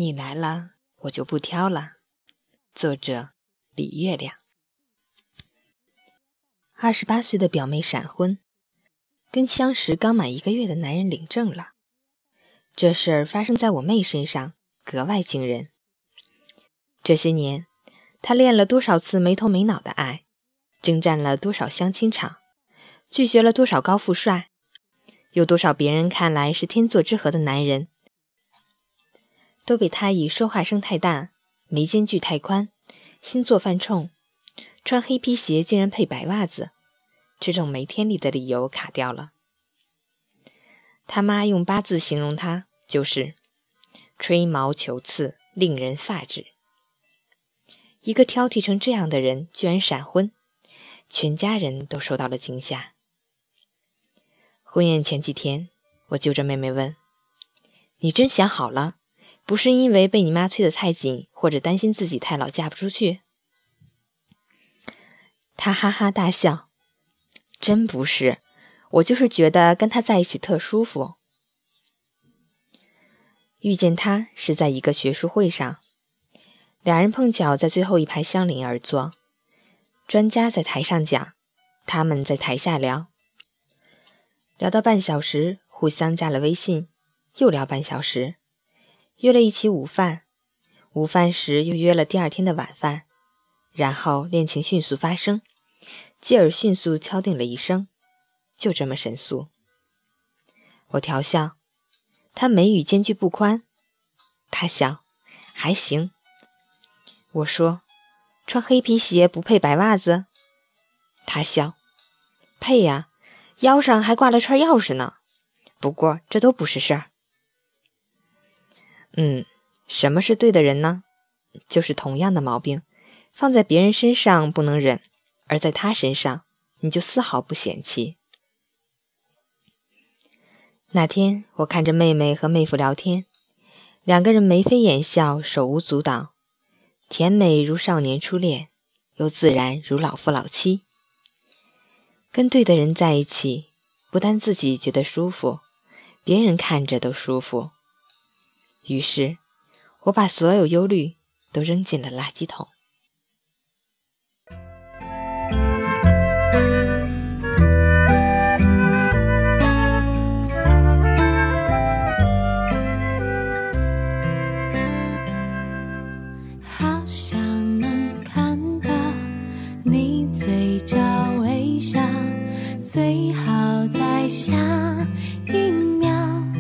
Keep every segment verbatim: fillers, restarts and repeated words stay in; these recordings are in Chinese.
你来了，我就不挑了。作者李月亮。二十八岁的表妹闪婚，跟相识刚满一个月的男人领证了。这事儿发生在我妹身上，格外惊人。这些年，她练了多少次没头没脑的爱，征战了多少相亲场，拒绝了多少高富帅，有多少别人看来是天作之合的男人，都被她以说话声太大、眉间距太宽、星座犯冲、穿黑皮鞋竟然配白袜子这种没天理的理由卡掉了。他妈用八字形容他，就是吹毛求疵，令人发指。一个挑剔成这样的人居然闪婚，全家人都受到了惊吓。婚宴前几天，我揪着妹妹问，你真想好了，不是因为被你妈催得太紧，或者担心自己太老嫁不出去？她哈哈大笑，真不是，我就是觉得跟他在一起特舒服。遇见他是在一个学术会上，俩人碰巧在最后一排相邻而坐，专家在台上讲，他们在台下聊，聊到半小时，互相加了微信，又聊半小时，约了一起午饭，午饭时又约了第二天的晚饭，然后恋情迅速发生，继而迅速敲定了一生，就这么神速。我调笑，他眉宇间距不宽。他笑，还行。我说，穿黑皮鞋不配白袜子？他笑，配呀，腰上还挂了串钥匙呢。不过这都不是事儿。嗯，什么是对的人呢？就是同样的毛病，放在别人身上不能忍，而在他身上，你就丝毫不嫌弃。那天我看着妹妹和妹夫聊天，两个人眉飞眼笑，手舞足蹈，甜美如少年初恋，又自然如老夫老妻。跟对的人在一起，不但自己觉得舒服，别人看着都舒服。于是，我把所有忧虑都扔进了垃圾桶。 最好在下一秒，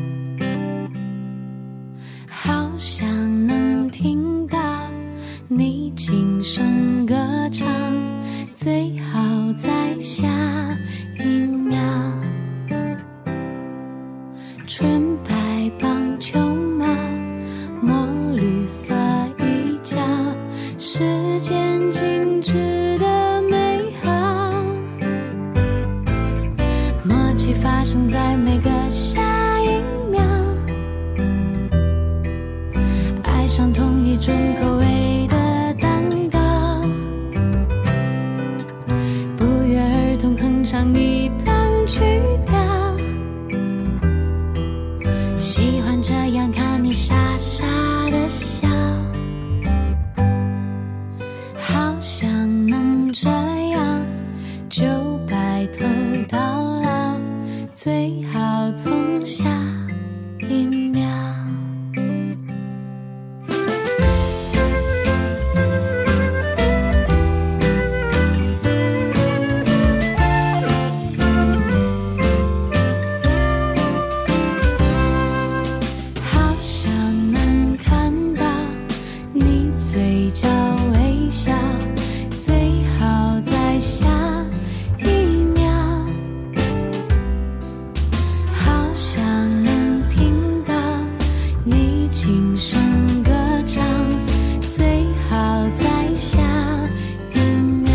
好想能听到你轻声歌唱，最好在下一秒。纯白棒球帽，墨绿色衣角，时间静止的美好，默契发生在每个下一秒，爱上同一种口味的蛋糕，不约而同哼唱一段曲调，喜欢这样看你傻傻的笑，好想能这样就白头到老，最好从下一秒。好想能看到你嘴角微笑，最好在下一秒，好想能听到你轻声歌唱，最好在下一秒。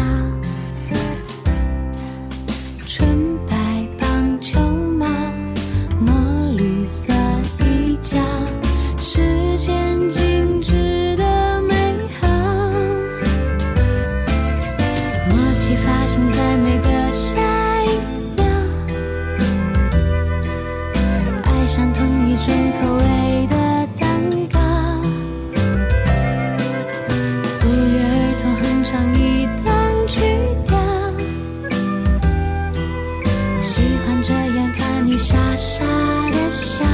纯白棒球帽，墨绿色衣角，时间静止的美好， 上一段曲调，喜欢这样看你傻傻的笑，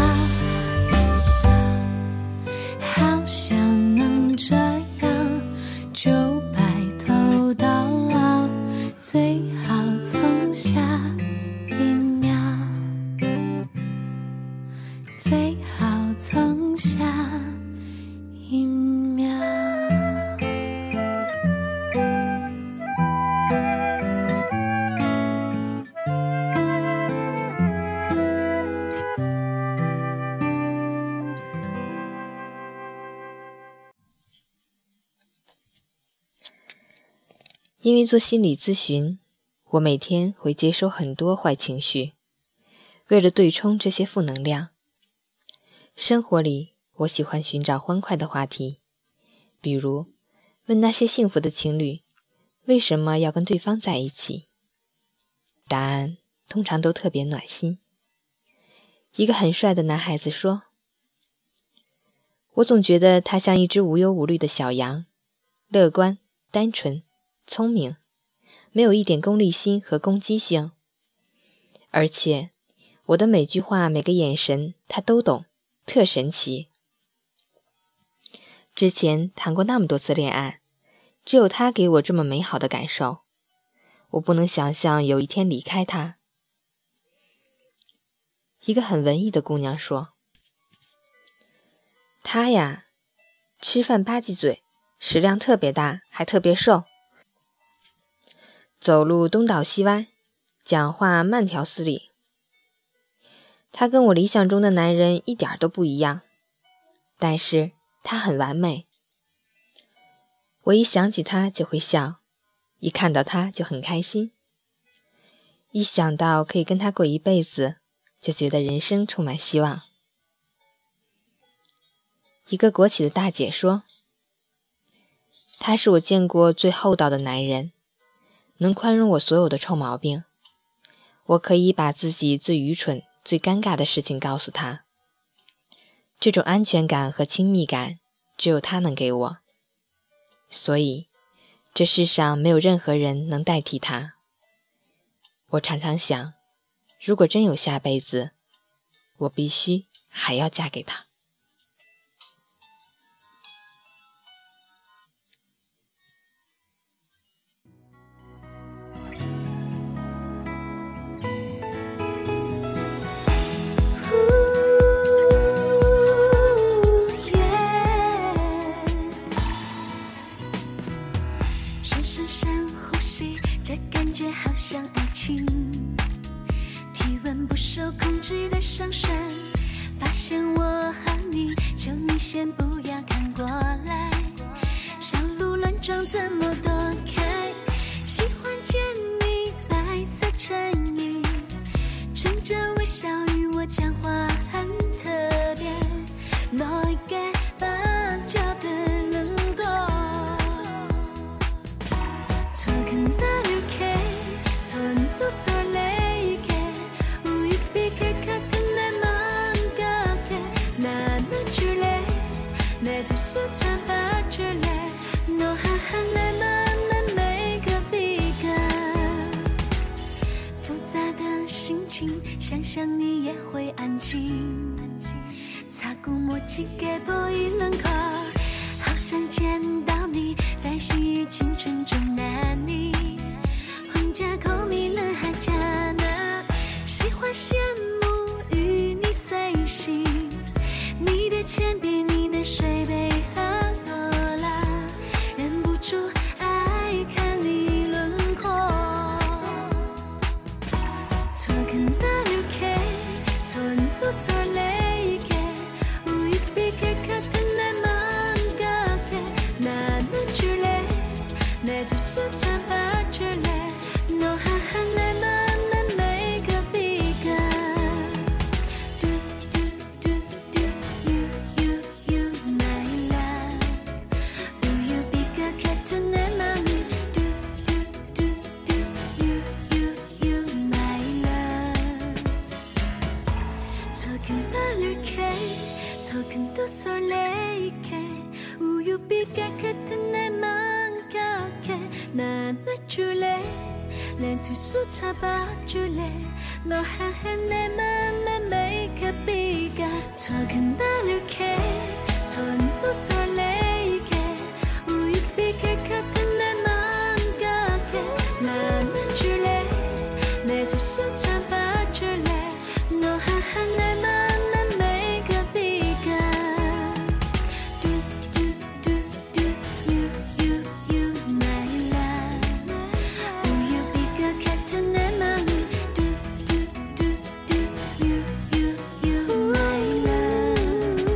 好想能这样就白头到老，最好从下一秒，最好从下一秒。 因为做心理咨询，我每天会接收很多坏情绪，为了对冲这些负能量，生活里我喜欢寻找欢快的话题，比如问那些幸福的情侣为什么要跟对方在一起，答案通常都特别暖心。一个很帅的男孩子说，我总觉得他像一只无忧无虑的小羊，乐观、单纯、聪明，没有一点功利心和攻击性，而且我的每句话每个眼神他都懂，特神奇。之前谈过那么多次恋爱，只有他给我这么美好的感受，我不能想象有一天离开他。一个很文艺的姑娘说，他呀，吃饭吧唧嘴，食量特别大，还特别瘦，走路东倒西歪，讲话慢条斯理。他跟我理想中的男人一点都不一样，但是他很完美。我一想起他就会笑，一看到他就很开心，一想到可以跟他过一辈子，就觉得人生充满希望。一个国企的大姐说，他是我见过最厚道的男人，能宽容我所有的臭毛病，我可以把自己最愚蠢、最尴尬的事情告诉他。这种安全感和亲密感，只有他能给我，所以这世上没有任何人能代替他。我常常想，如果真有下辈子，我必须还要嫁给他。 怎么躲开？喜欢见你白色衬衣，撑着微笑与我讲话很特别。너에게 빠져드는 거 두근거리게 손도 설레이게 우유빛깔 같은 내 마음 가게 나눠줄래 내 두 손 잡아줄래 너 하한 내 맘의每个笔杆复杂的心情想想你也会安静擦过墨迹给보이는 걸好想见到你在须臾青春中难你혼자 고민을 하잖아喜欢羡慕与你随行你的铅笔你的水杯和朵拉忍不住爱看你轮廓두근거리게 손도 설레이게 우유빛깔 같은 내 마음 가게 나눠줄래 내 두 손 잡아줄래 너 하한 내 맘의每个笔杆두두두두 you you you my love 우유빛깔 같은 내 맘 두두두두 you you you my love 두근거리게 소근도 설레이게 우유빛깔 같은 내 맘 곁에 두 잡아줄래 널 향해 내 맘의 메이크업비가 적은 바르게 전도 설레이게 우유빛깔 같은 내 맘 가게 나는 줄래 내 두 손 잡아줄래 너 향한 내 맘의 메이크업비가 뚜뚜뚜뚜 you you you my love 우유빛깔 같은 내 맘 뚜뚜뚜뚜 you you you my love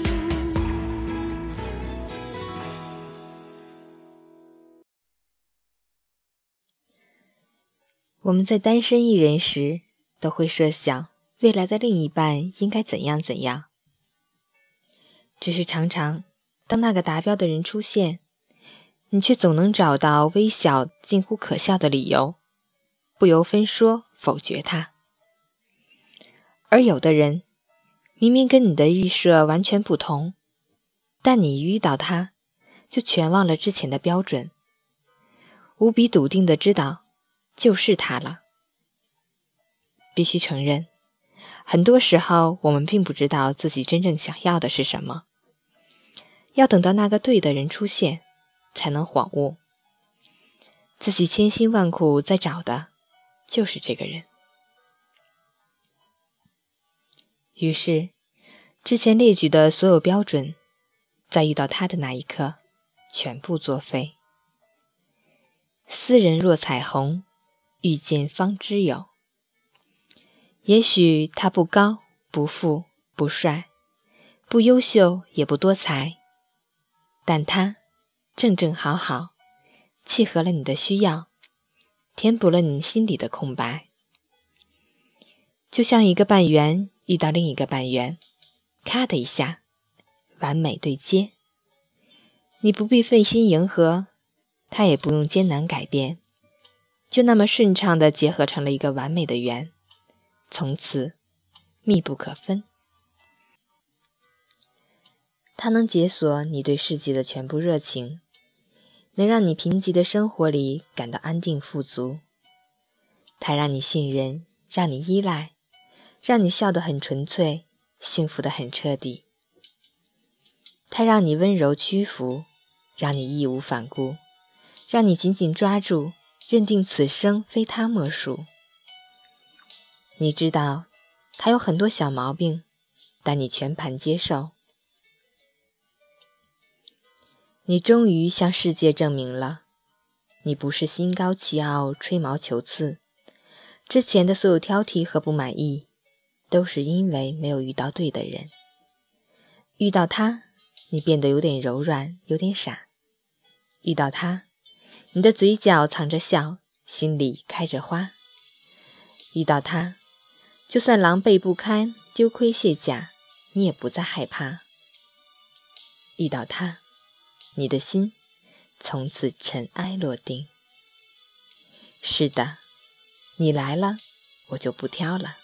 我们在单身一人时，都会设想未来的另一半应该怎样怎样。只是常常，当那个达标的人出现，你却总能找到微小近乎可笑的理由，不由分说否决他。而有的人，明明跟你的预设完全不同，但你一遇到他，就全忘了之前的标准，无比笃定地知道就是他了。必须承认，很多时候我们并不知道自己真正想要的是什么，要等到那个对的人出现，才能恍悟，自己千辛万苦在找的就是这个人。于是，之前列举的所有标准，在遇到他的那一刻，全部作废。斯人若彩虹，遇见方知有。也许他不高，不富，不帅，不优秀，也不多才，但他正正好好，契合了你的需要，填补了你心里的空白。就像一个半圆遇到另一个半圆，咔的一下，完美对接。你不必费心迎合，他也不用艰难改变，就那么顺畅地结合成了一个完美的圆，从此密不可分。它能解锁你对世界的全部热情，能让你贫瘠的生活里感到安定富足。它让你信任，让你依赖，让你笑得很纯粹，幸福得很彻底。它让你温柔屈服，让你义无反顾，让你紧紧抓住，认定此生非他莫属。你知道他有很多小毛病，但你全盘接受。你终于向世界证明了，你不是心高气傲、吹毛求疵，之前的所有挑剔和不满意，都是因为没有遇到对的人。遇到他，你变得有点柔软，有点傻。遇到他，你的嘴角藏着笑，心里开着花。遇到他，就算狼狈不堪，丢盔卸甲，你也不再害怕。遇到他，你的心从此尘埃落定。是的，你来了，我就不挑了。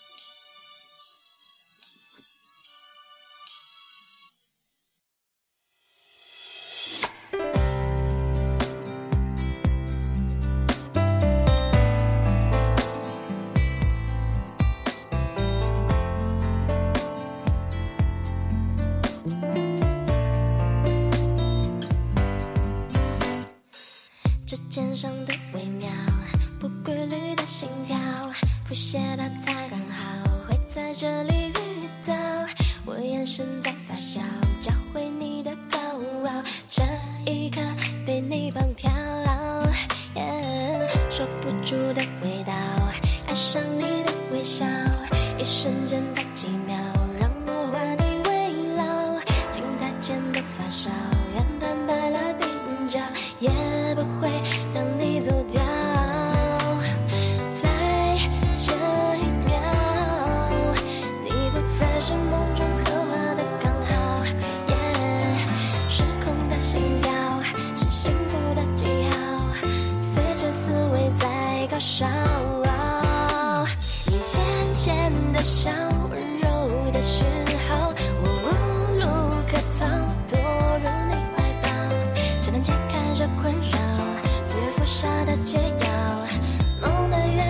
指尖上的微妙，不规律的心跳，谱写的才刚好会在这里遇到。我眼神在发酵，教会你的高傲，这一刻被你绑票， yeah, 说不出的味道，爱上你的微笑，一瞬间的几秒，让我画你围绕，静态间的发烧，元旦带来鬓角，也不会让你走掉。在这一秒，你不再是梦中刻画的刚好， yeah, 失控的心跳是幸福的记号，随着思维在高烧，你浅浅的笑，温柔的讯号，我无路可逃，躲入你怀抱，只能解开这困扰，越浮沙的解药，弄得越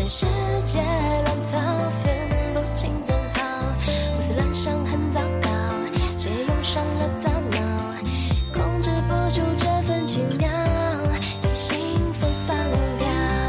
全世界乱草分不清怎好，胡思乱想很糟糕，谁用上了大脑，控制不住这份奇妙，与幸福放掉。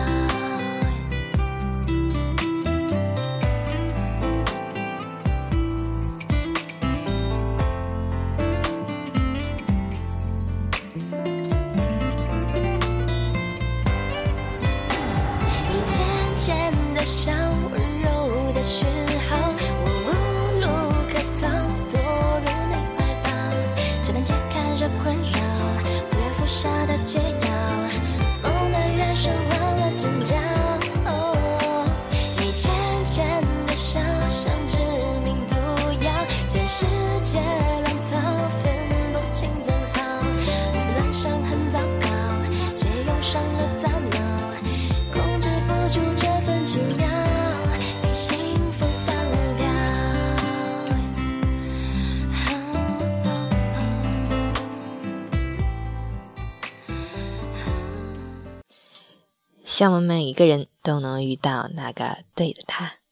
你浅浅的笑，温柔的讯号，我无路可逃，堕入你怀抱，只能解开这困扰，不愿服下的解药，弄得越深忘了阵脚。哦，你浅浅的笑，像致命毒药，全世界乱草分不清怎好，胡思乱想很糟糕，谁用上了大脑，控制不住这份奇妙，与幸福放掉。 希望我们每一个人都能遇到那个对的他。